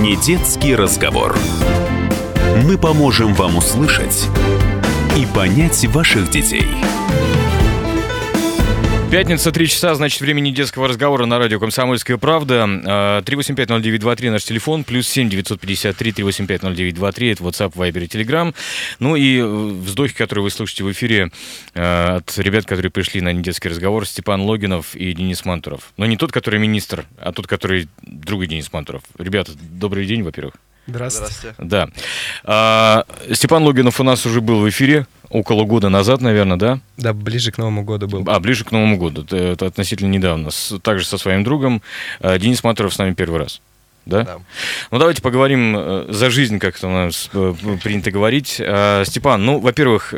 Недетский разговор. Мы поможем вам услышать и понять ваших детей. Пятница, 3 часа, значит, времени детского разговора на радио «Комсомольская правда». 3850923 наш телефон, +7 953 385 0923, это WhatsApp, Viber и Telegram. Ну и вздохи, которые вы слышите в эфире от ребят, которые пришли на недетский разговор, Степан Логинов и Денис Мантуров. Но не тот, который министр, а тот, который другой Денис Мантуров. Ребята, добрый день, во-первых. Здравствуйте. Да. Степан Логинов у нас уже был в эфире около года назад, наверное, да? Да, ближе к Новому году был. Ближе к Новому году. Это относительно недавно. Также со своим другом. Денис Мантуров с нами первый раз. Да? Да. Ну, давайте поговорим за жизнь, как это у нас принято говорить. Степан, ну, во-первых,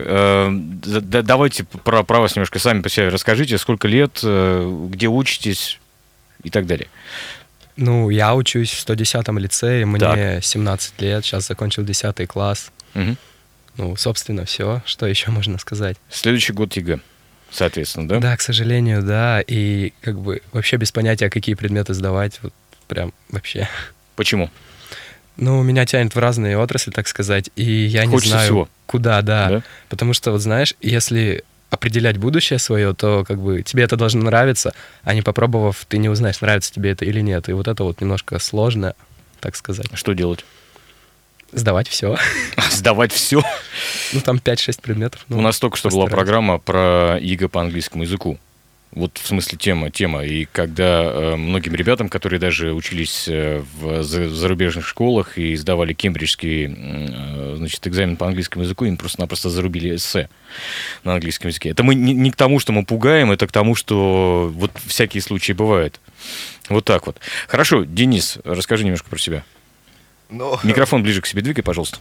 давайте про вас немножко сами по себе расскажите. Сколько лет, где учитесь и так далее. Ну, я учусь в 110-м лицее, мне Так. 17 лет, сейчас закончил 10 класс. Угу. Ну, собственно, все. Что еще можно сказать? Следующий год ЕГЭ, соответственно, да? Да, к сожалению, да. И как бы вообще без понятия, какие предметы сдавать. Вот прям вообще. Почему? Ну, меня тянет в разные отрасли, так сказать. И я не Хочется знаю, всего. куда, да. Да? Потому что, вот знаешь, если определять будущее свое, то как бы тебе это должно нравиться, а не попробовав, ты не узнаешь, нравится тебе это или нет. И вот это вот немножко сложно, так сказать. Что делать? Сдавать все. Сдавать все. Ну, там 5-6 предметов. У нас только что была постараюсь. программа про ЕГЭ по английскому языку. Вот в смысле тема. И когда многим ребятам, которые даже учились в зарубежных школах и сдавали кембриджский экзамен по английскому языку, им просто-напросто зарубили эссе на английском языке. Это мы не к тому, что мы пугаем, это к тому, что вот всякие случаи бывают. Вот так вот. Хорошо, Денис, расскажи немножко про себя. Микрофон ближе к себе двигай, пожалуйста.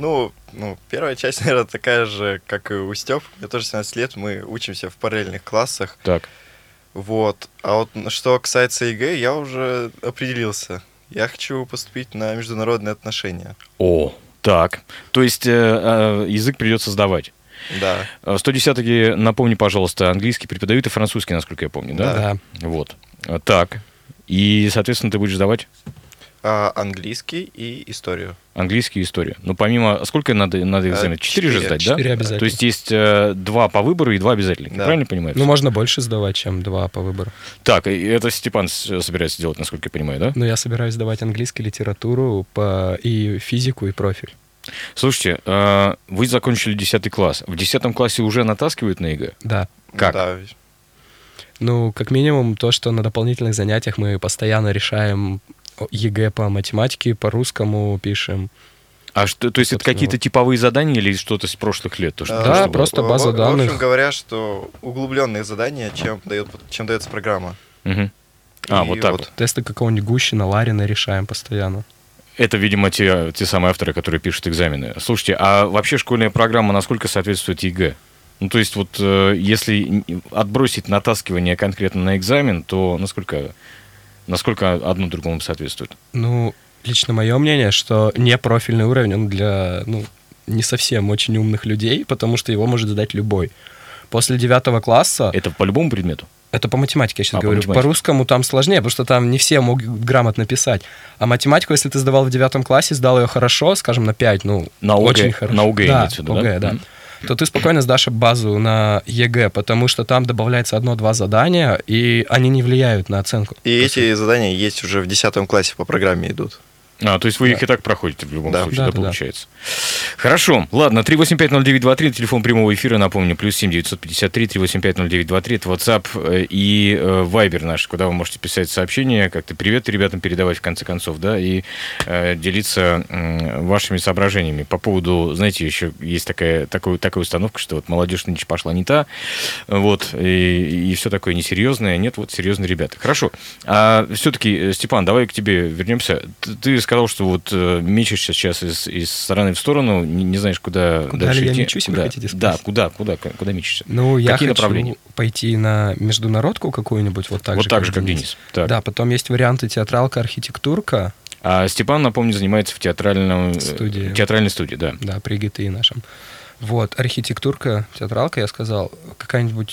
Первая часть, наверное, такая же, как и у Стёп. Мне тоже 17 лет, мы учимся в параллельных классах. Так. Вот. А вот что касается ЕГЭ, я уже определился. Я хочу поступить на международные отношения. О, так. То есть язык придется сдавать. Да. 110-ки, напомни, пожалуйста, английский преподают и французский, насколько я помню, да? Да. Вот. Так. И, соответственно, ты будешь сдавать? Английский и историю. Английский и историю. Но помимо... Сколько надо экзамен? 4 же сдать, да? 4 обязательно. То есть есть 2 по выбору и 2 обязательных. Да. Правильно понимаю? Ну, можно больше сдавать, чем 2 по выбору. Так, и это Степан собирается делать, насколько я понимаю, да? Но я собираюсь сдавать английский, литературу и физику, и профиль. Слушайте, вы закончили 10 класс. В 10 классе уже натаскивают на ЕГЭ? Да. Как? Да. Ну, как минимум, то, что на дополнительных занятиях мы постоянно решаем ЕГЭ по математике, по русскому пишем. А что, то есть это какие-то типовые задания или что-то с прошлых лет? То, Да, что было? просто база данных. В общем говоря, что углубленные задания, чем дается программа. Мгм. И Вот так вот. Тесты какого-нибудь Гущина, Ларина решаем постоянно. Это, видимо, те самые авторы, которые пишут экзамены. Слушайте, а вообще школьная программа насколько соответствует ЕГЭ? Ну, то есть вот если отбросить натаскивание конкретно на экзамен, то насколько одно другому соответствует? Ну, лично мое мнение, что не профильный уровень, он для, не совсем очень умных людей, потому что его может сдать любой. После 9 класса... Это по любому предмету? Это по математике я сейчас по говорю. математике. По русскому там сложнее, потому что там не все могут грамотно писать. А математику, если ты сдавал в 9 классе, сдал ее хорошо, скажем, на 5, на очень ОГЭ, хорошо. на ОГЭ да, имеется в виду, ОГЭ, да. То ты спокойно сдашь базу на ЕГЭ, потому что там добавляется 1-2 задания, и они не влияют на оценку. И эти задания есть уже в 10 классе по программе идут. То есть вы их и так проходите в любом случае, Да. получается. Хорошо. Ладно, 3850923, телефон прямого эфира, напомню, +7 953 3850923, это WhatsApp и Viber наш, куда вы можете писать сообщения, как-то привет ребятам передавать в конце концов, да, и делиться вашими соображениями. По поводу, знаете, еще есть такая установка, что вот молодежь нынче пошла не та, вот, и все такое несерьезное. Нет, вот серьезные ребята. Хорошо. А все-таки, Степан, давай к тебе вернемся. Ты сказал, что вот мечешься сейчас из стороны в сторону, не знаешь, куда дальше ли я идти. мечусь, вы хотите Да, спросить? куда мечешься? Ну, я Какие хочу направления? пойти на международку какую-нибудь, вот так же, как Денис. Так. Да, потом есть варианты театралка, архитектурка. А Степан, напомню, занимается в театральной студии, да. Да, при ГТИ нашем. Вот, архитектурка, театралка, я сказал, какая-нибудь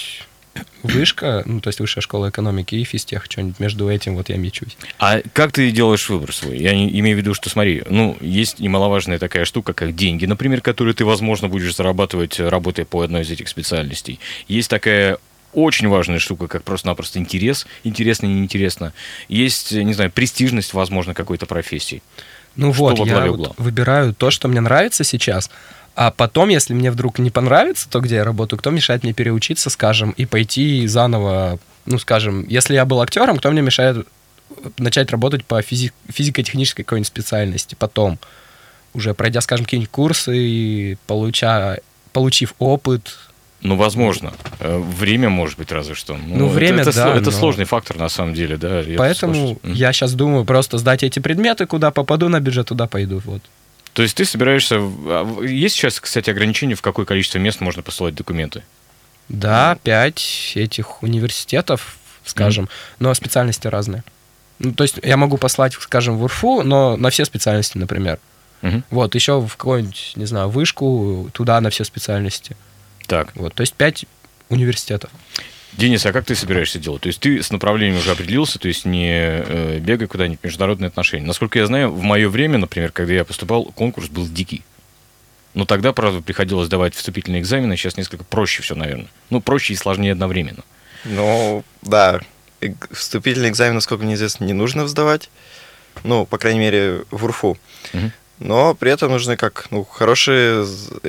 вышка, ну, то есть высшая школа экономики и физтех, что-нибудь между этим вот я мечусь. А как ты делаешь выбор свой? Я имею в виду, что, смотри, ну, есть немаловажная такая штука, как деньги, например, которые ты, возможно, будешь зарабатывать, работая по одной из этих специальностей. Есть такая очень важная штука, как просто-напросто интерес, интересно и неинтересно. Есть, не знаю, престижность, возможно, какой-то профессии. Ну Что вот, во я главе вот угла? выбираю то, что мне нравится сейчас, а потом, если мне вдруг не понравится то, где я работаю, кто мешает мне переучиться, скажем, и пойти заново, ну, скажем, если я был актером, кто мне мешает начать работать по физико-технической какой-нибудь специальности потом, уже пройдя, скажем, какие-нибудь курсы и получив опыт. Ну, возможно. Время, может быть, разве что. Ну, время, это, да, это но- сложный фактор, на самом деле, да. Поэтому я сейчас думаю просто сдать эти предметы, куда попаду на бюджет, туда пойду, вот. То есть ты собираешься... Есть сейчас, кстати, ограничения, в какое количество мест можно посылать документы? Да, 5 этих университетов, скажем, но специальности разные. Ну, то есть я могу послать, скажем, в УРФУ, но на все специальности, например. Мгм. Вот, еще в какую-нибудь, не знаю, вышку, туда на все специальности. Так. Вот, то есть 5 университетов. Денис, а как ты собираешься делать? То есть ты с направлением уже определился, то есть не бегай куда-нибудь в международные отношения. Насколько я знаю, в мое время, например, когда я поступал, конкурс был дикий. Но тогда, правда, приходилось давать вступительные экзамены, сейчас несколько проще все, наверное. Ну, проще и сложнее одновременно. Ну, да, вступительный экзамен, насколько мне известно, не нужно сдавать. Ну, по крайней мере, в УРФУ. Мгм. Но при этом нужны хорошие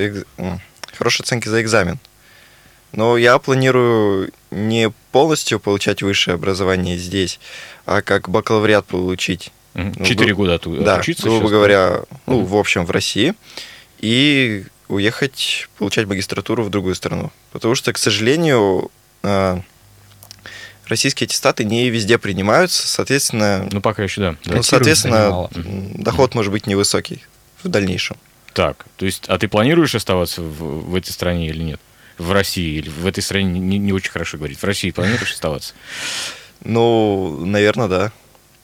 оценки за экзамен. Но я планирую не полностью получать высшее образование здесь, а как бакалавриат получить. Мгм. Ну, 4 года отучиться. Да, грубо сейчас, говоря, ну, Мгм. в общем, в России. И уехать получать магистратуру в другую страну. Потому что, к сожалению, российские аттестаты не везде принимаются, соответственно, Ну, пока еще, да. Да. ну, соответственно, мало. доход может быть невысокий в дальнейшем. Так, то есть, а ты планируешь оставаться в этой стране или нет? В России или в этой стране не очень хорошо говорить. В России планируешь оставаться? Ну, наверное, да.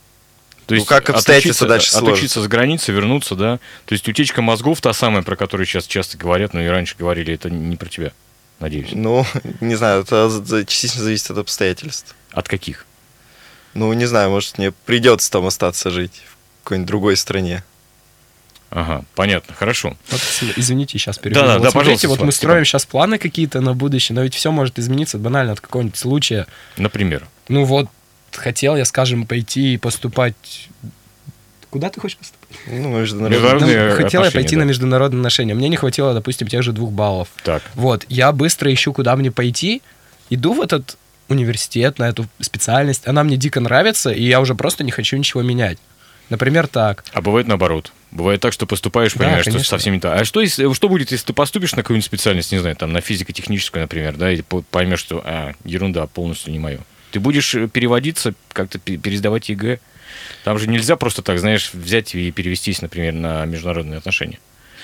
То есть как обстоятельства дальше отучиться с границы, вернуться, да? То есть утечка мозгов, та самая, про которую сейчас часто говорят, но и раньше говорили, это не про тебя, надеюсь. Ну, не знаю, это частично зависит от обстоятельств. От каких? Ну, не знаю, может, мне придется там остаться жить в какой-нибудь другой стране. Ага, понятно, хорошо. Вот, извините, сейчас перебью. Да-да, Вот да, смотрите, пожалуйста, вот мы Степан. строим сейчас планы какие-то на будущее, но ведь все может измениться банально от какого-нибудь случая. Например. Ну вот, хотел я, скажем, пойти и поступать... Куда ты хочешь поступать? Ну, Международные Хотел я отношения, пойти да. на международные отношения. Мне не хватило, допустим, тех же 2 баллов. Так. Вот, я быстро ищу, куда мне пойти, иду в этот университет, на эту специальность, она мне дико нравится, и я уже просто не хочу ничего менять. Например, так. А бывает наоборот. Бывает так, что поступаешь, Да, понимаешь, что конечно. совсем не так. А что будет, если ты поступишь на какую-нибудь специальность, не знаю, там, на физико-техническую, например, да, и поймешь, что ерунда, полностью не мое. Ты будешь переводиться, как-то пересдавать ЕГЭ. Там же нельзя просто так, знаешь, взять и перевестись, например, на международные отношения.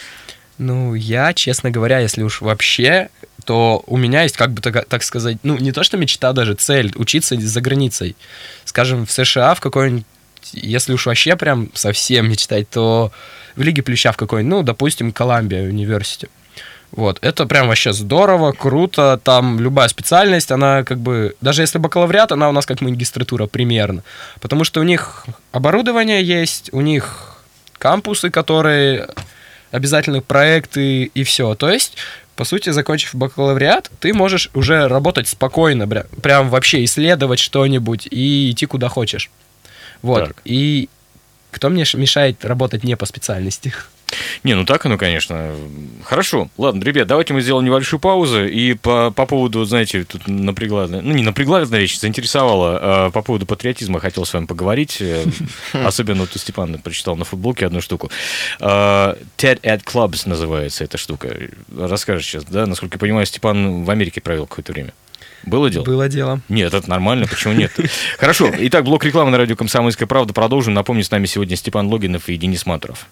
Ну, я, честно говоря, если уж вообще, то у меня есть, как бы так сказать, ну, не то что мечта даже, цель учиться за границей. Скажем, в США в какой-нибудь, если уж вообще прям совсем мечтать, то в Лиге Плюща в какой-нибудь, ну, допустим, Колумбия университет. Вот, это прям вообще здорово, круто, там любая специальность, она как бы, даже если бакалавриат, она у нас как магистратура примерно, потому что у них оборудование есть, у них кампусы, которые, обязательные проекты и все, то есть, по сути, закончив бакалавриат, ты можешь уже работать спокойно, прям вообще исследовать что-нибудь и идти куда хочешь, вот, Так. и кто мне мешает работать не по специальности? Не, ну так оно, конечно. Хорошо. Ладно, ребят, давайте мы сделаем небольшую паузу. И по поводу, знаете, тут напрягла, ну не напрягла, одна вещь, заинтересовала. По поводу патриотизма хотел с вами поговорить. Особенно вот у Степана прочитал на футболке одну штуку. TED at Clubs называется эта штука. Расскажешь сейчас, да? Насколько я понимаю, Степан в Америке провел какое-то время. Было дело? Было дело. Нет, это нормально, почему нет? Хорошо. Итак, блок рекламы на радио «Комсомольская правда». Продолжим. Напомню, с нами сегодня Степан Логинов и Денис Мантуров.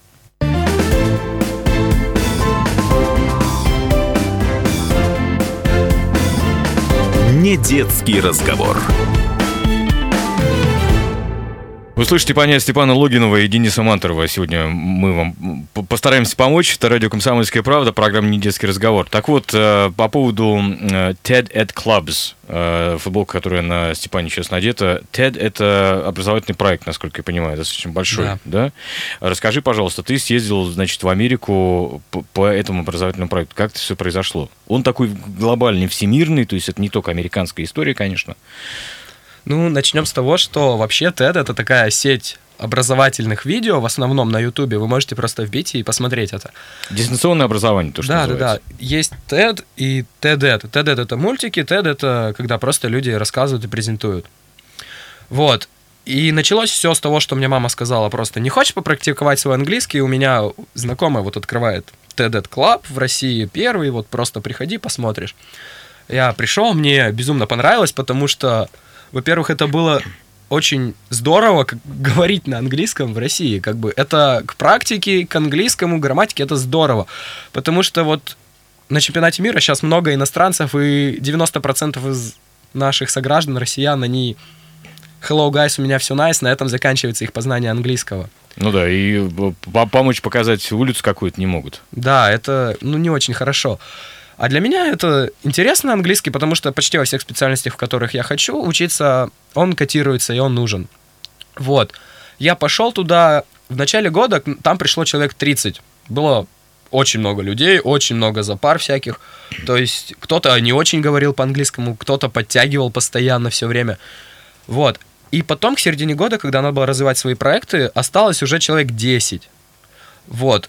Не детский разговор. Вы слышите понять Степана Логинова и Дениса Мантурова. Сегодня мы вам постараемся помочь. Это радио «Комсомольская правда», программа «Недетский разговор». Так вот, по поводу TED at Clubs, футболка, которая на Степане сейчас надета. TED — это образовательный проект, насколько я понимаю, достаточно большой, да? Расскажи, пожалуйста, ты съездил, значит, в Америку по этому образовательному проекту. Как это все произошло? Он такой глобальный, всемирный, то есть это не только американская история, конечно. Ну, начнем с того, что вообще TED — это такая сеть образовательных видео, в основном на Ютубе. Вы можете просто вбить и посмотреть это. Дистанционное образование, то, что называется. Да. Есть TED и TED-Ed. TED-Ed — это мультики, TED — это когда просто люди рассказывают и презентуют. Вот. И началось все с того, что мне мама сказала просто: не хочешь попрактиковать свой английский? У меня знакомая вот открывает TED Club в России первый, вот просто приходи, посмотришь. Я пришел, мне безумно понравилось, потому что, во-первых, это было очень здорово говорить на английском в России. Как бы это к практике, к английскому, к грамматике это здорово. Потому что вот на чемпионате мира сейчас много иностранцев, и 90% из наших сограждан, россиян, они hello, guys, у меня все nice, на этом заканчивается их познание английского. Ну да, и помочь показать улицу какую-то не могут. Да, это не очень хорошо. А для меня это интересно английский, потому что почти во всех специальностях, в которых я хочу учиться, он котируется и он нужен. Вот. Я пошел туда в начале года, там пришло человек 30. Было очень много людей, очень много запар всяких. То есть кто-то не очень говорил по-английскому, кто-то подтягивал постоянно все время. Вот. И потом, к середине года, когда надо было развивать свои проекты, осталось уже человек 10. Вот.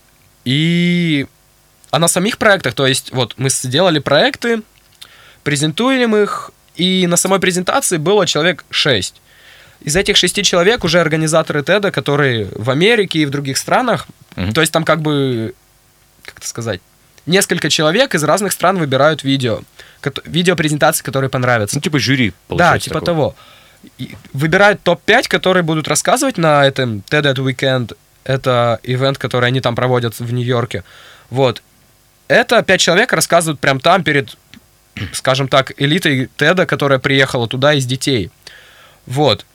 А на самих проектах, то есть вот мы сделали проекты, презентуем их, и на самой презентации было человек 6. Из этих 6 человек уже организаторы TED, которые в Америке и в других странах, то есть там как бы, как это сказать, несколько человек из разных стран выбирают видеопрезентации, которые понравятся. Ну, типа жюри, получается. Да, типа того. И выбирают топ-5, которые будут рассказывать на этом TED Weekend. Это ивент, который они там проводят в Нью-Йорке. Вот. Это 5 человек рассказывают прям там перед, скажем так, элитой TED, которая приехала туда из детей. Вот.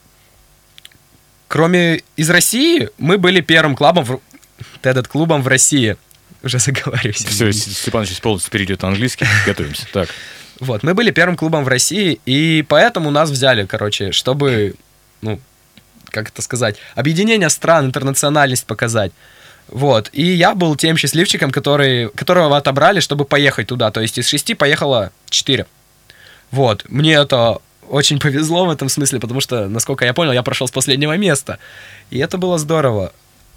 Кроме из России, мы были первым TED-клубом в России. Уже заговариваюсь. Все, Степан сейчас полностью перейдет на английский. Готовимся. Так. Вот, мы были первым клубом в России, и поэтому нас взяли, чтобы, как это сказать, объединение стран, интернациональность показать. Вот, и я был тем счастливчиком, которого отобрали, чтобы поехать туда. То есть из 6 поехало 4. Вот, мне это очень повезло в этом смысле, потому что, насколько я понял, я прошел с последнего места. И это было здорово.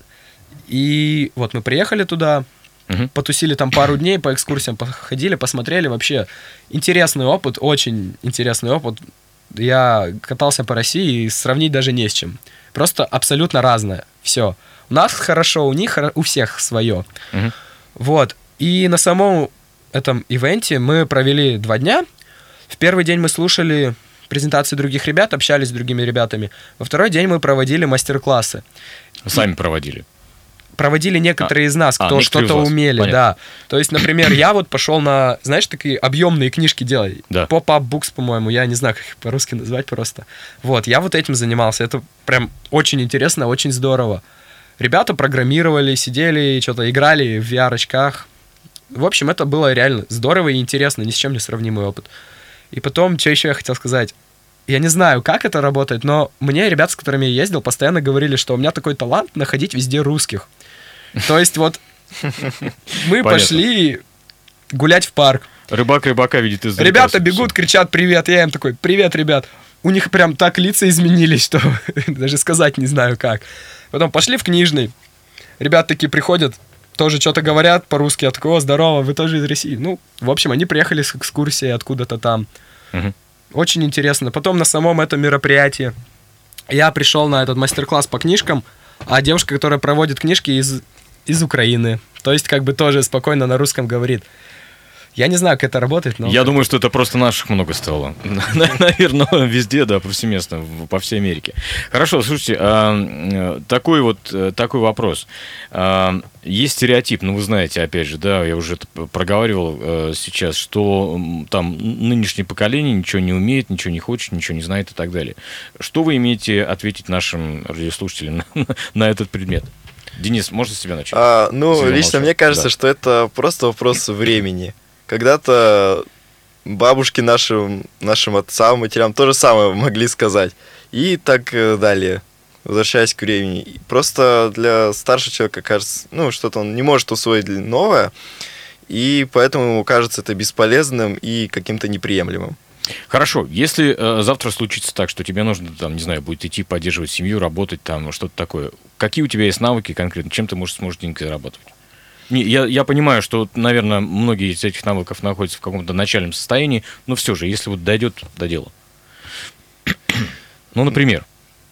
И вот мы приехали туда, потусили там пару дней, по экскурсиям походили, посмотрели. Вообще интересный опыт, очень интересный опыт. Я катался по России и сравнить даже не с чем. Просто абсолютно разное. Все. У нас хорошо, у них, у всех свое. Вот. И на самом этом ивенте мы провели 2 дня. В первый день мы слушали презентации других ребят, общались с другими ребятами. Во второй день мы проводили мастер-классы. Сами проводили? Проводили некоторые из нас, кто что-то умели. Понятно. Да. То есть, например, я вот пошел на, знаешь, такие объемные книжки делать. Да. Pop-up books, по-моему, я не знаю, как их по-русски назвать просто. Вот, я вот этим занимался. Это прям очень интересно, очень здорово. Ребята программировали, сидели, что-то играли в VR-очках. В общем, это было реально здорово и интересно, ни с чем не сравнимый опыт. И потом, что еще я хотел сказать. Я не знаю, как это работает, но мне ребята, с которыми я ездил, постоянно говорили, что у меня такой талант находить везде русских. То есть вот мы пошли гулять в парк. Рыбак рыбака видит издалека. Ребята бегут, кричат «привет», я им такой «привет, ребят». У них прям так лица изменились, что даже сказать не знаю как. Потом пошли в книжный. Ребята такие приходят, тоже что-то говорят по-русски. Я такой: «О, здорово, вы тоже из России». Ну, в общем, они приехали с экскурсии откуда-то там. Очень интересно. Потом на самом этом мероприятии я пришел на этот мастер-класс по книжкам, а девушка, которая проводит книжки, из Украины. То есть как бы тоже спокойно на русском говорит. Я не знаю, как это работает, но... Я думаю, что это просто наших много стало. Наверное, везде, да, повсеместно, по всей Америке. Хорошо, слушайте, такой вопрос. Есть стереотип, ну, вы знаете, опять же, да, я уже это проговаривал сейчас, что там нынешнее поколение ничего не умеет, ничего не хочет, ничего не знает и так далее. Что вы имеете ответить нашим радиослушателям на этот предмет? Денис, можно с тебя начать? Лично мне кажется, что это просто вопрос времени. Когда-то бабушки нашим отцам, матерям то же самое могли сказать. И так далее, возвращаясь к времени. Просто для старшего человека кажется, что-то он не может усвоить новое, и поэтому ему кажется это бесполезным и каким-то неприемлемым. Хорошо, если завтра случится так, что тебе нужно, там, не знаю, будет идти поддерживать семью, работать, там, что-то такое, какие у тебя есть навыки конкретно, чем ты сможешь деньги зарабатывать? Я понимаю, что, наверное, многие из этих навыков находятся в каком-то начальном состоянии, но все же, если вот дойдет до дела. Ну, например.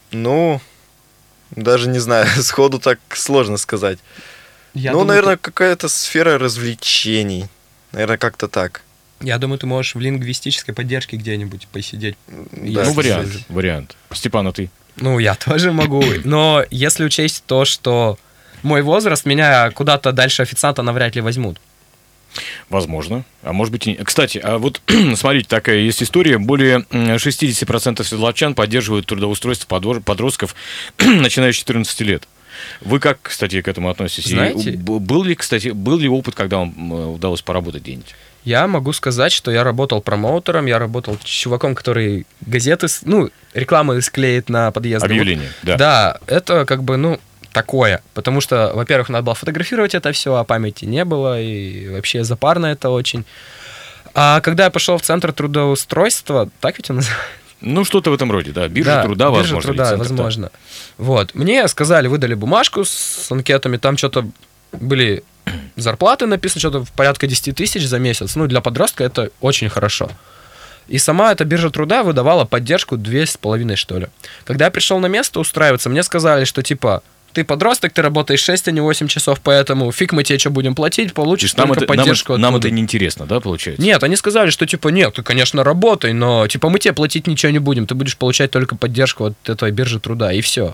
Даже не знаю, сходу так сложно сказать. Наверное, какая-то сфера развлечений. Наверное, как-то так. Я думаю, ты можешь в лингвистической поддержке где-нибудь посидеть. Да, вариант. Степан, а ты? Я тоже могу. Но если учесть то, что мой возраст, меня куда-то дальше официанта навряд ли возьмут. Возможно. А может быть и... Кстати, а вот смотрите, такая есть история. Более 60% седловчан поддерживают трудоустройство подростков, начиная с 14 лет. Вы как, кстати, к этому относитесь? Знаете... Был ли опыт, когда вам удалось поработать где-нибудь? Я могу сказать, что я работал промоутером, я работал чуваком, который газеты, рекламы склеит на подъезд. Объявление, да. Да, это такое, потому что, во-первых, надо было фотографировать это все, а памяти не было, и вообще запарно это очень. А когда я пошел в центр трудоустройства, так ведь он называется? Что-то в этом роде, да. Биржа труда, возможно. Биржа труда, возможно. Да. Вот. Мне сказали, выдали бумажку с анкетами, там что-то были зарплаты написано, что-то в порядка 10 тысяч за месяц. Для подростка это очень хорошо. И сама эта биржа труда выдавала поддержку 2,5, что ли. Когда я пришел на место устраиваться, мне сказали, что ты подросток, ты работаешь 6, а не 8 часов, поэтому фиг мы тебе что будем платить, получишь только поддержку. Нам это неинтересно, да, получается? Нет, они сказали, что нет, ты, конечно, работай, но мы тебе платить ничего не будем, ты будешь получать только поддержку от этой биржи труда, и все.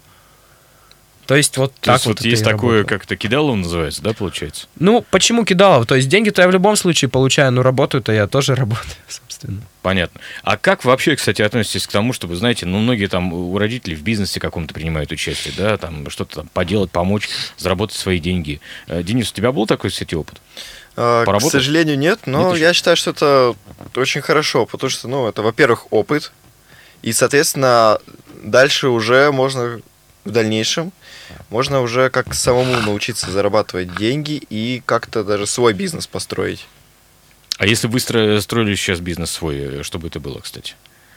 То есть вот так вот есть такое, как это кидалово называется, да, получается? Почему кидалово? То есть деньги-то я в любом случае получаю, но работаю-то я тоже работаю, собственно. Понятно. А как вообще, кстати, относитесь к тому, чтобы, знаете, многие там у родителей в бизнесе каком-то принимают участие, да, там что-то там поделать, помочь, заработать свои деньги. Денис, у тебя был такой, кстати, опыт? К сожалению, нет, но я считаю, что это очень хорошо, потому что, это, во-первых, опыт, и, соответственно, дальше уже можно в дальнейшем можно уже как самому научиться зарабатывать деньги и как-то даже свой бизнес построить. А если вы строили сейчас бизнес свой, что бы это было, кстати?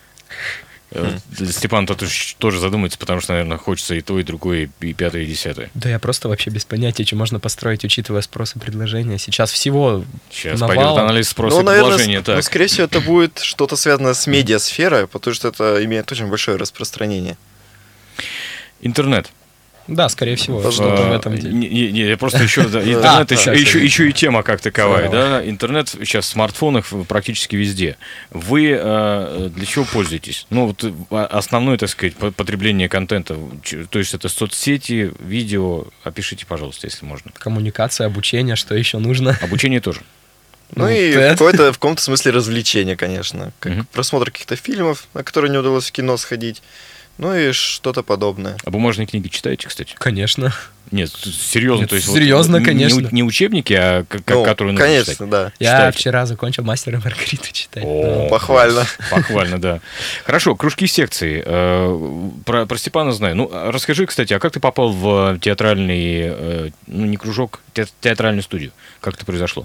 Степан тоже задумается, потому что, наверное, хочется и то, и другое, и пятое, и десятое. Да я просто вообще без понятия, что можно построить, учитывая спрос и предложение. Сейчас всего Сейчас пойдет анализ спроса и предложения. Наверное, скорее всего, это будет что-то связанное с медиасферой, потому что это имеет очень большое распространение. Интернет. Да, скорее всего, что-то в этом деле. Я просто еще... Интернет еще и тема как таковая, да? Интернет сейчас в смартфонах практически везде. Вы для чего пользуетесь? Основное, так сказать, потребление контента, то есть это соцсети, видео. Опишите, пожалуйста, если можно. Коммуникация, обучение, что еще нужно? Обучение тоже. И в каком-то смысле развлечение, конечно. Как просмотр каких-то фильмов, на которые не удалось в кино сходить. И что-то подобное. А бумажные книги читаете, кстати? Конечно. Нет, серьезно. Нет, то есть серьезно, конечно. Не учебники, а которые нужно конечно, читать. Да. Я вчера закончил «Мастера и Маргариту» читать. Похвально. Похвально, да. Хорошо, кружки, секции. Про Степана знаю. Расскажи, кстати, а как ты попал в театральный, не кружок, театральную студию? Как это произошло?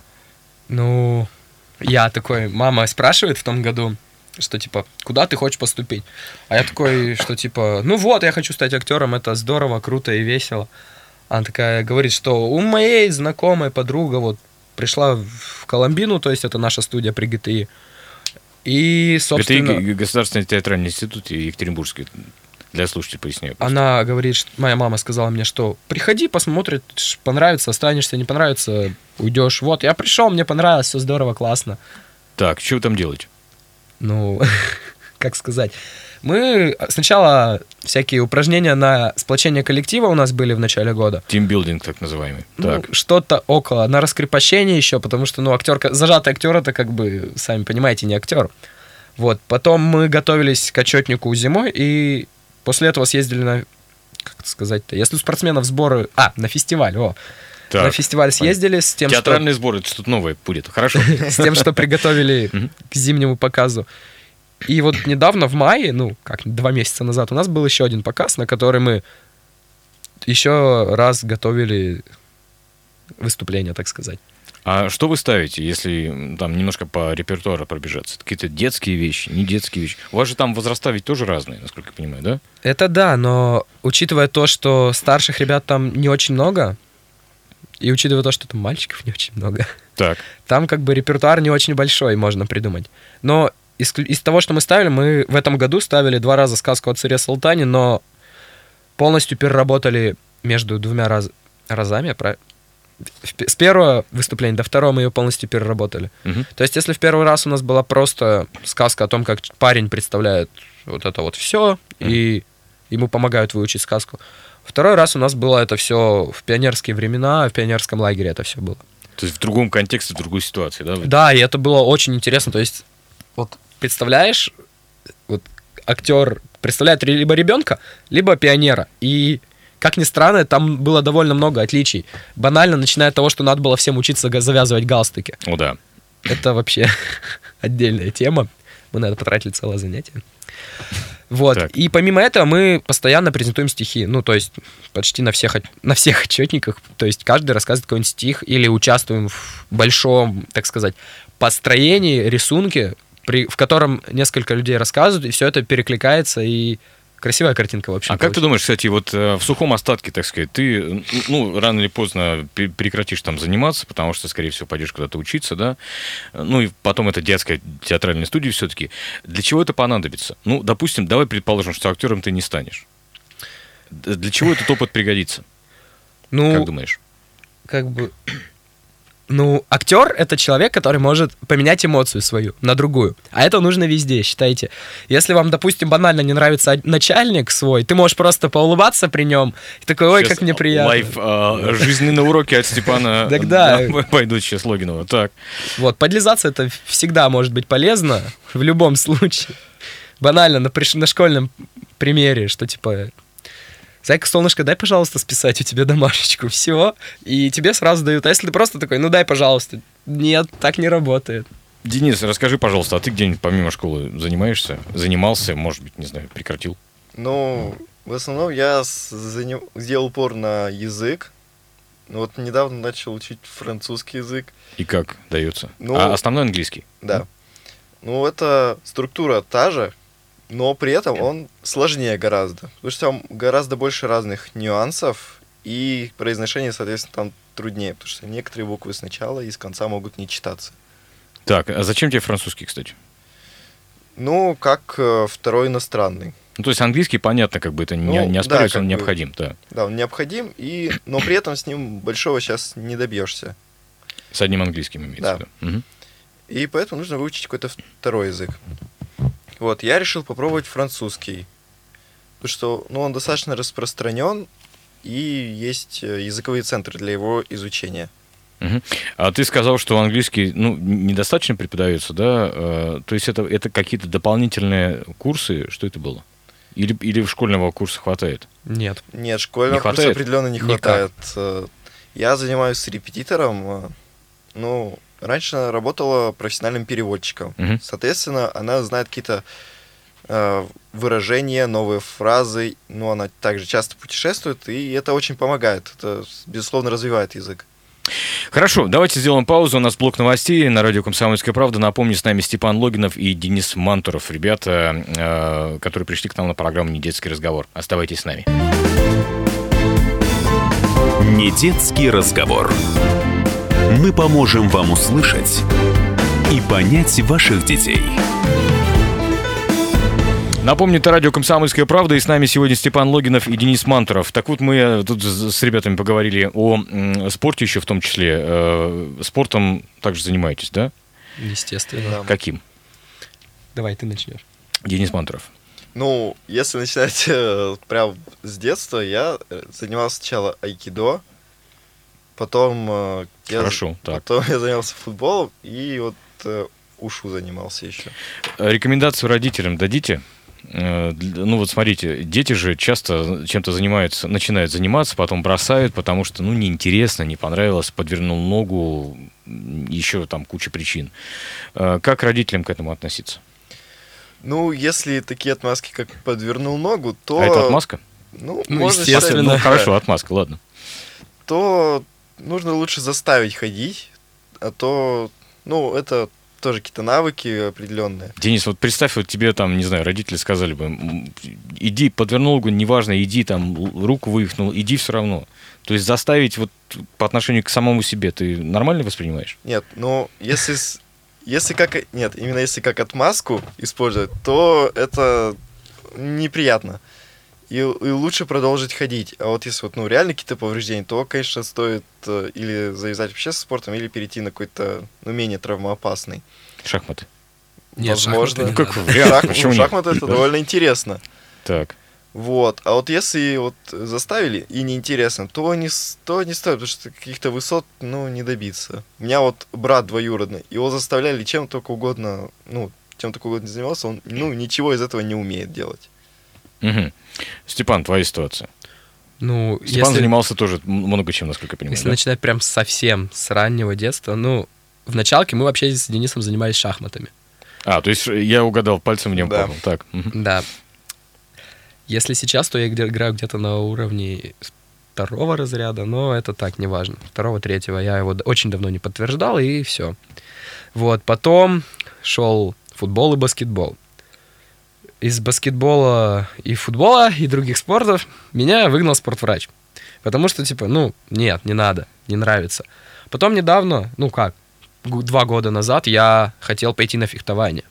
Я такой, мама спрашивает в том году, что, куда ты хочешь поступить? А я такой, что, я хочу стать актером, это здорово, круто и весело. Она такая говорит, что у моей знакомой подруга пришла в Коломбину, то есть это наша студия при ГТИ. И, собственно... ГТИ, Государственный театральный институт Екатеринбургский. Для слушателей поясняю. Она говорит, что моя мама сказала мне, что приходи, посмотришь, понравится, останешься, не понравится, уйдешь. Вот, я пришел, мне понравилось, все здорово, классно. Так, что вы там делаете? Ну, как сказать. Мы сначала всякие упражнения на сплочение коллектива у нас были в начале года. Тимбилдинг, так называемый. Ну, Так. что-то около. На раскрепощение еще, потому что, зажатый актер это как бы, сами понимаете, не актер. Вот. Потом мы готовились к отчетнику зимой, и после этого съездили на, как это сказать-то, если у спортсменов сборы... на фестиваль, Так. На фестиваль съездили с тем, Театральный сбор, это что-то новое будет. Хорошо. с тем, что приготовили к зимнему показу. И вот недавно, в мае, 2 месяца назад, у нас был еще один показ, на который мы еще раз готовили выступление, так сказать. А что вы ставите, если там немножко по репертуару пробежаться? Какие-то детские вещи, не детские вещи? У вас же там возраста ведь тоже разные, насколько я понимаю, да? Это да, но учитывая то, что старших ребят там не очень много, и учитывая то, что там мальчиков не очень много, Так. там как бы репертуар не очень большой можно придумать. Но из того, что мы ставили, мы в этом году ставили 2 раза сказку о царе Салтане, но полностью переработали между 2 разами. С первого выступления до второго мы ее полностью переработали. Мгм. То есть, если в первый раз у нас была просто сказка о том, как парень представляет вот это вот все, и ему помогают выучить сказку. Второй раз у нас было это все в пионерские времена, в пионерском лагере это все было. То есть в другом контексте, в другой ситуации, да? Да, и это было очень интересно. То есть, вот представляешь, вот актер представляет либо ребенка, либо пионера. И, как ни странно, там было довольно много отличий. Банально, начиная от того, что надо было всем учиться завязывать галстуки. О, да. Это вообще отдельная тема. Мы на это потратили целое занятие. Вот. Так. И помимо этого мы постоянно презентуем стихи. Ну, то есть почти на всех отчетниках. То есть каждый рассказывает какой-нибудь стих или участвуем в большом, так сказать, построении, рисунке, в котором несколько людей рассказывают, и все это перекликается, и красивая картинка, в общем. А как ты думаешь, кстати, вот в сухом остатке, так сказать, ты, рано или поздно прекратишь там заниматься, потому что, скорее всего, пойдешь куда-то учиться, да? Ну, и потом это детская театральная студия все-таки. Для чего это понадобится? Ну, допустим, давай предположим, что актером ты не станешь. Для чего этот опыт пригодится? Как думаешь? Актер — это человек, который может поменять эмоцию свою на другую. А это нужно везде, считайте. Если вам, допустим, банально не нравится начальник свой, ты можешь просто поулыбаться при нем. И такой, ой, Сейчас как мне приятно. Лайф, жизненные уроки от Степана пойдут сейчас Логинова. Так. Вот, подлизаться — это всегда может быть полезно, в любом случае. Банально, на школьном примере, что типа... Зайка, солнышко, дай, пожалуйста, списать у тебя домашечку. Все. И тебе сразу дают. А если ты просто такой, дай, пожалуйста. Нет, так не работает. Денис, расскажи, пожалуйста, а ты где-нибудь помимо школы занимался, может быть, не знаю, прекратил? В основном я сделал упор на язык. Вот недавно начал учить французский язык. И как дается? А основной английский? Да. Это структура та же, но при этом он сложнее гораздо. Потому что там гораздо больше разных нюансов, и произношение, соответственно, там труднее, потому что некоторые буквы сначала и с конца могут не читаться. Так, а зачем тебе французский, кстати? Как второй иностранный. То есть английский, понятно, как бы это не оспаривается, он необходим, да. Да, он необходим, но при этом с ним большого сейчас не добьешься. С одним английским имеется в виду. Угу. И поэтому нужно выучить какой-то второй язык. Вот, я решил попробовать французский, потому что, он достаточно распространен, и есть языковые центры для его изучения. Угу. А ты сказал, что английский, недостаточно преподается, да? То есть это какие-то дополнительные курсы, что это было? Или школьного курса хватает? Нет, школьного курса определенно не хватает. Я занимаюсь с репетитором, раньше работала профессиональным переводчиком. Угу. Соответственно, она знает какие-то выражения, новые фразы. Она также часто путешествует, и это очень помогает. Это, безусловно, развивает язык. Хорошо, давайте сделаем паузу. У нас блок новостей на радио «Комсомольская правда». Напомню, с нами Степан Логинов и Денис Мантуров. Ребята, которые пришли к нам на программу «Недетский разговор». Оставайтесь с нами. Недетский разговор. Мы поможем вам услышать и понять ваших детей. Напомню, это радио «Комсомольская правда», и с нами сегодня Степан Логинов и Денис Мантуров. Так вот, мы тут с ребятами поговорили о спорте еще в том числе. Спортом также занимаетесь, да? Естественно. Да. Каким? Давай, ты начнешь. Денис Мантуров. Ну, если начинать прям с детства, я занимался сначала айкидо, потом, Хорошо, так. потом я занялся футболом и вот ушу занимался еще. Рекомендацию родителям дадите? Ну вот смотрите, дети же часто чем-то занимаются, начинают заниматься, потом бросают, потому что, ну, неинтересно, не понравилось, подвернул ногу, еще там куча причин. Как родителям к этому относиться? Ну, если такие отмазки, как подвернул ногу, то... А это отмазка? Ну, Ну, можно естественно. считать, Ну, да. хорошо, отмазка, ладно. То нужно лучше заставить ходить, а то, ну, это тоже какие-то навыки определенные. Денис, вот представь, вот тебе там, не знаю, родители сказали бы, иди, подвернул ногу, неважно, иди, там, руку вывихнул, иди все равно. То есть заставить вот по отношению к самому себе ты нормально воспринимаешь? Нет, ну, если как... Нет, именно если как отмазку использовать, то это неприятно. И лучше продолжить ходить. А вот если вот, ну, реально какие-то повреждения, то, конечно, стоит или завязать вообще со спортом, или перейти на какой-то, ну, менее травмоопасный. Шахматы. Нет, Возможно. шахматы не Ну, как надо. вариант, почему нет? Шахматы это довольно интересно. Так. Вот. А вот если вот заставили и неинтересно, то не стоит, потому что каких-то высот, ну, не добиться. У меня вот брат двоюродный, его заставляли чем только угодно, ну, чем только угодно занимался, он, ну, ничего из этого не умеет делать. Угу. Степан, твоя ситуация. Ну, Степан занимался тоже много чем, насколько я понимаю. если да? начинать прям совсем с раннего детства, ну, в началке мы вообще с Денисом занимались шахматами. А, то есть я угадал, пальцем в нем Да. попал. Так. Мгм. Да. Если сейчас, то я играю где-то на уровне 2-го разряда, но это так, неважно. 2-го, 3-го я его очень давно не подтверждал, и все. Вот, потом шел футбол и баскетбол. Из баскетбола и футбола и других спортов меня выгнал спортврач. Потому что, типа, ну, нет, не надо, не нравится. Потом недавно, ну как, 2 года назад я хотел пойти на фехтование.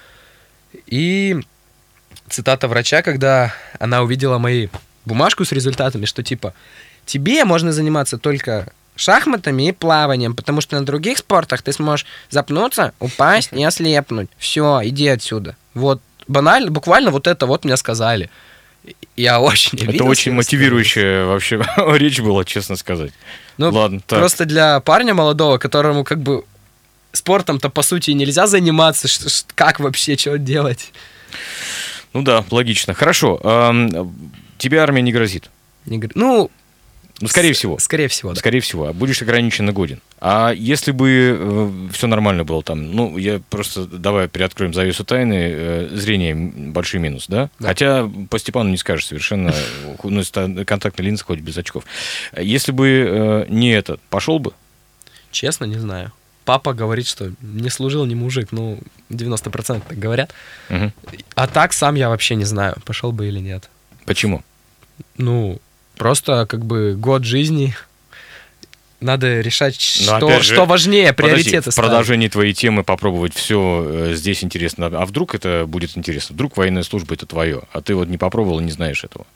И цитата врача, когда она увидела мои бумажку с результатами, что типа, тебе можно заниматься только шахматами и плаванием, потому что на других спортах ты сможешь запнуться, упасть и ослепнуть. Все, иди отсюда. Вот банально, буквально вот это вот мне сказали. Я очень Это обиделся очень и мотивирующая вообще речь была, честно сказать. Ну, Ладно, так. просто для парня молодого, которому как бы спортом-то по сути нельзя заниматься, как вообще, что делать? Ну да, логично. Хорошо. Тебе армия не грозит? Ну, Ну, скорее всего. Скорее всего, да. Скорее всего. Будешь ограниченно годен. А если бы все нормально было там, ну, я просто, давай приоткроем завесу тайны, зрение большой минус, да? Да. Хотя по Степану не скажешь совершенно, ну, контактная линза ходит без очков. Если бы не это, пошел бы? Честно, не знаю. Папа говорит, что не служил, не мужик, ну, 90% так говорят. Мгм. А так сам я вообще не знаю, пошел бы или нет. Почему? Ну, просто как бы год жизни, надо решать, Но опять же, что важнее, Подожди, приоритеты в ставить. продолжении твоей темы попробовать все здесь интересно. А вдруг это будет интересно? Вдруг военная служба это твое, а ты вот не попробовал и не знаешь этого.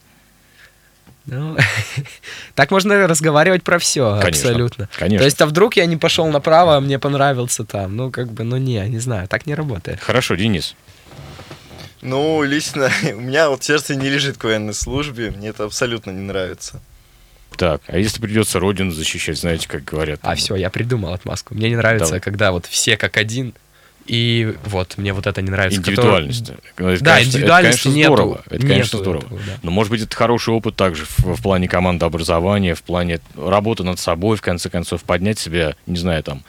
Ну, так можно разговаривать про все, Конечно, абсолютно. конечно. То есть, а вдруг я не пошел направо, а мне понравился там? Ну, как бы, ну не знаю, так не работает. Хорошо, Денис. Ну, лично у меня вот сердце не лежит к военной службе, мне это абсолютно не нравится. Так, а если придется родину защищать, знаете, как говорят? А все, я придумал отмазку. Мне не нравится, Давай. когда вот все как один, и вот мне вот это не нравится. Индивидуальность. Это, Да, конечно, индивидуальности это, конечно, нету. здорово. Это, конечно, Нету здорово. этого, да. Но, может быть, это хороший опыт также в плане командообразования, в плане работы над собой, в конце концов, поднять себя, не знаю, там,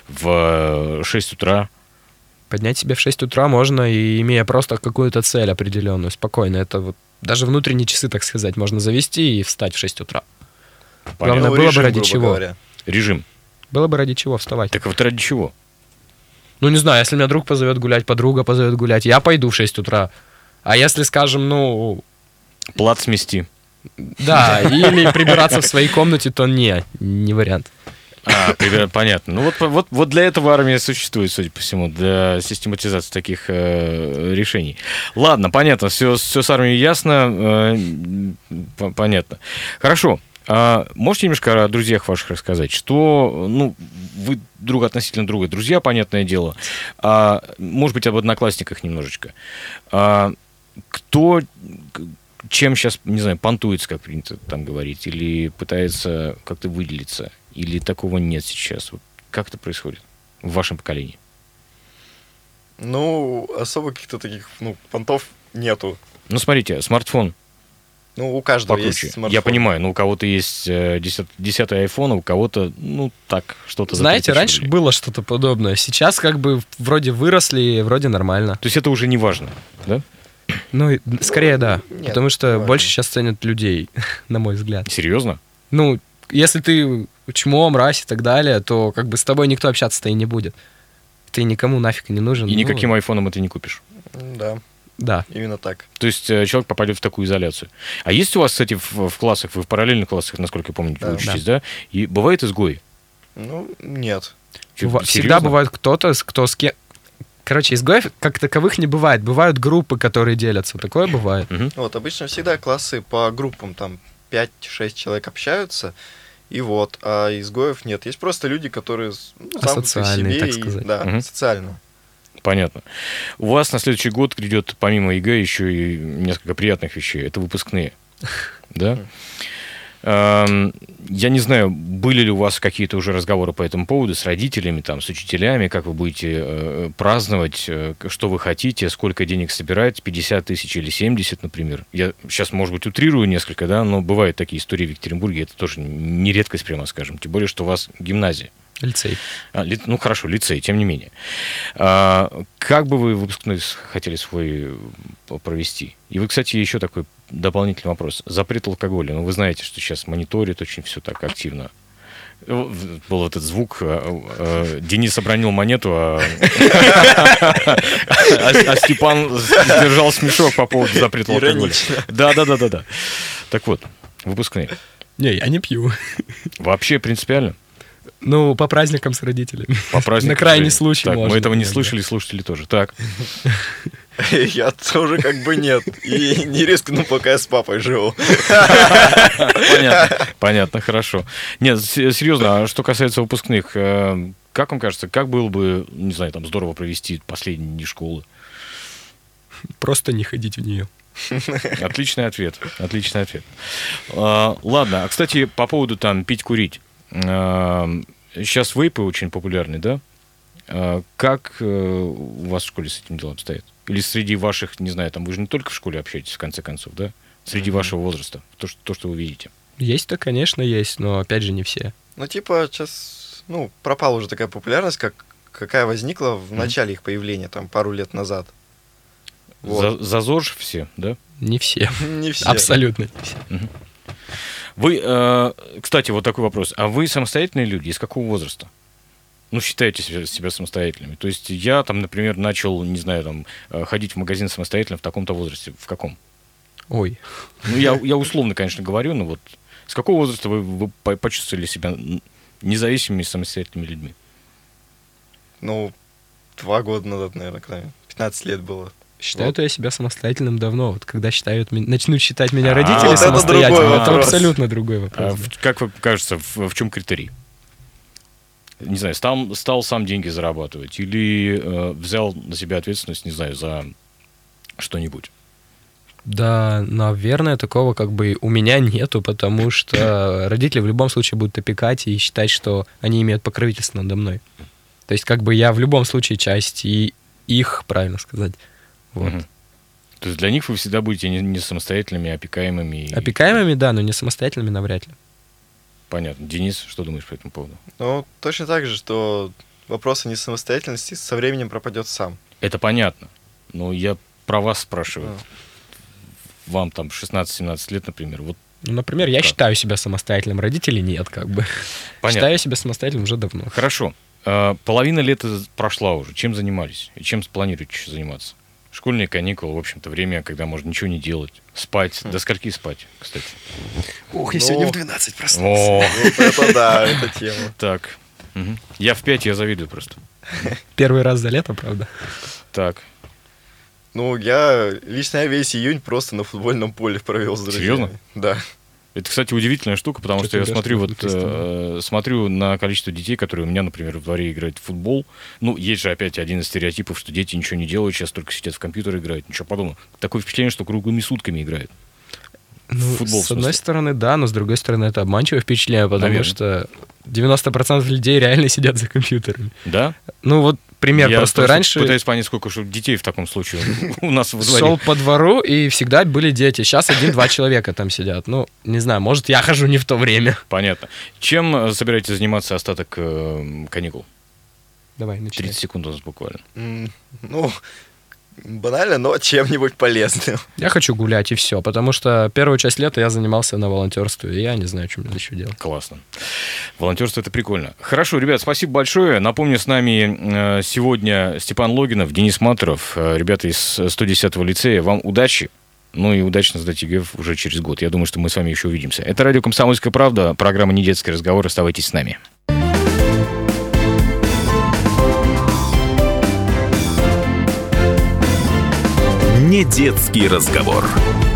в 6 утра. Поднять себя в 6 утра можно, и имея просто какую-то цель определенную, спокойно. Это вот даже внутренние часы, так сказать, можно завести и встать в 6 утра. Понятно. Главное, Ну, было бы режим, ради грубо чего. говоря. Режим. Было бы ради чего вставать. Так вот ради чего? Ну, не знаю, если меня друг позовет гулять, подруга позовет гулять, я пойду в 6 утра. А если, скажем, ну, Плат смести. да, или прибираться в своей комнате, то не вариант. Понятно. Ну вот для этого армия существует, судя по всему, для систематизации таких решений. Ладно, понятно, все с армией ясно, понятно. Хорошо. Можете немножко о друзьях ваших рассказать? Что, вы относительно друга друзья, понятное дело. Может быть, об одноклассниках немножечко. Кто чем сейчас, не знаю, понтуется, как принято там говорить, или пытается как-то выделиться, или такого нет сейчас? Вот как это происходит в вашем поколении? Особо каких-то таких, понтов нету. Смотрите, смартфон. У каждого покруче. есть смартфон. Я понимаю, у кого-то есть 10-й iPhone, а у кого-то, так, что-то... Знаете, раньше было что-то подобное. Сейчас вроде выросли, вроде нормально. То есть это уже не важно, да? Скорее да. Нет, потому что не больше сейчас ценят людей, на мой взгляд. Серьезно? Если ты чмо, мразь и так далее, то с тобой никто общаться-то и не будет. Ты никому нафиг не нужен. И никаким айфоном это не купишь. Да, именно так. То есть человек попадет в такую изоляцию. А есть у вас, кстати, в классах, вы в параллельных классах, насколько я помню, вы учитесь, да? И бывает изгои? Нет. Всегда бывает кто-то, кто с кем... Короче, изгоев как таковых не бывает. Бывают группы, которые делятся. Такое бывает. Обычно всегда классы по группам, там 5-6 человек общаются, а изгоев нет. Есть просто люди, которые замкнуты в себе. так сказать. Социально. Понятно. У вас на следующий год грядет, помимо ЕГЭ, еще и несколько приятных вещей. Это выпускные. Да? Я не знаю, были ли у вас какие-то уже разговоры по этому поводу с родителями, с учителями, как вы будете праздновать, что вы хотите, сколько денег собирать, 50 тысяч или 70, например. Я сейчас, может быть, утрирую несколько, да, но бывают такие истории в Екатеринбурге, это тоже не редкость, прямо скажем, тем более, что у вас гимназия. Лицей. Хорошо, лицей, тем не менее. Как бы вы выпускной хотели свой провести? И вы, кстати, еще такой дополнительный вопрос. Запрет алкоголя. Вы знаете, что сейчас мониторят очень все так активно. Был этот звук. Денис обронил монету, а Степан сдержал смешок по поводу запрета алкоголя. Да. Так вот, выпускные. Не, я не пью. Вообще принципиально? По праздникам с родителями. По праздникам. На крайний случай так, можно. Мы этого не слышали, слушатели тоже. Так. Я тоже нет. И не рискну, пока я с папой живу. Понятно, хорошо. Нет, серьезно, а что касается выпускных, как вам кажется, как было бы, не знаю, здорово провести последние дни школы? Просто не ходить в нее. Отличный ответ. Ладно, кстати, по поводу пить, курить. Сейчас вейпы очень популярны, да? Как у вас в школе с этим делом стоит? Или среди ваших, не знаю, вы же не только в школе общаетесь, в конце концов, да? Среди вашего возраста, то, что вы видите. Есть-то, конечно, есть, но опять же не все. Сейчас, пропала уже такая популярность, какая возникла в начале их появления, пару лет назад. За ЗОЖ все, да? Не все. Не все. Абсолютно не все. Вы, кстати, вот такой вопрос. А вы самостоятельные люди? Из какого возраста? Считаете себя самостоятельными? То есть я, например, начал, не знаю, ходить в магазин самостоятельно в таком-то возрасте. В каком? Ой. Я условно, конечно, говорю, но с какого возраста вы почувствовали себя независимыми и самостоятельными людьми? 2 года назад, наверное, когда 15 лет было. Считаю-то я себя самостоятельным давно. Как начнут считать меня родители самостоятельными, это абсолютно другой вопрос. Как вам кажется, в чем критерий? Не знаю, стал сам деньги зарабатывать или взял на себя ответственность, не знаю, за что-нибудь? Да, наверное, такого у меня нету, потому что родители в любом случае будут опекать и считать, что они имеют покровительство надо мной. То есть я в любом случае часть и их, правильно сказать. Вот. То есть для них вы всегда будете не самостоятельными, а опекаемыми? Опекаемыми, да, но не самостоятельными навряд ли. Понятно. Денис, что думаешь по этому поводу? Точно так же, что вопрос о несамостоятельности со временем пропадет сам. Это понятно. Но я про вас спрашиваю. Вам 16-17 лет, например. Например, я считаю себя самостоятельным, родители нет, Понятно. Считаю себя самостоятельным уже давно. Хорошо. Половина лета прошла уже. Чем занимались? И чем планируете еще заниматься? Школьные каникулы, в общем-то, время, когда можно ничего не делать. Спать. До скольки спать, кстати? Ох, я сегодня в 12 проснулся. О, Вот это да, это тема. так. Мгм. Я в 5, я завидую просто. Первый раз за лето, правда. Так. Ну, лично я весь июнь просто на футбольном поле провел с друзьями. Серьезно? Да. Это, кстати, удивительная штука, потому что я смотрю на количество детей, которые у меня, например, в дворе играют в футбол. Ну, есть же опять один из стереотипов, что дети ничего не делают, сейчас только сидят в компьютер играют, ничего подобного. Такое впечатление, что круглыми сутками играют. Ну, Футбол, в с одной смысле. стороны, да, но с другой стороны, это обманчивое впечатление, потому Наверное. что 90% людей реально сидят за компьютерами. Да? Ну, вот пример Я простой. просто Раньше пытаюсь понять, сколько же детей в таком случае у нас во дворе. шел по двору, и всегда были дети. Сейчас 1-2 человека там сидят. Ну, не знаю, может, я хожу не в то время. Понятно. Чем собираетесь заниматься остаток каникул? Давай, начинай. 30 секунд у нас буквально. Ну, банально, но чем-нибудь полезным. Я хочу гулять, и все. Потому что первую часть лета я занимался на волонтерстве, и я не знаю, что мне еще делать. Классно. Волонтерство — это прикольно. Хорошо, ребят, спасибо большое. Напомню, с нами сегодня Степан Логинов, Денис Матуров, ребята из 110-го лицея. Вам удачи. Ну и удачно сдать ЕГЭ уже через год. Я думаю, что мы с вами еще увидимся. Это радио «Комсомольская правда», программа «Недетский разговор». Оставайтесь с нами. Недетский разговор.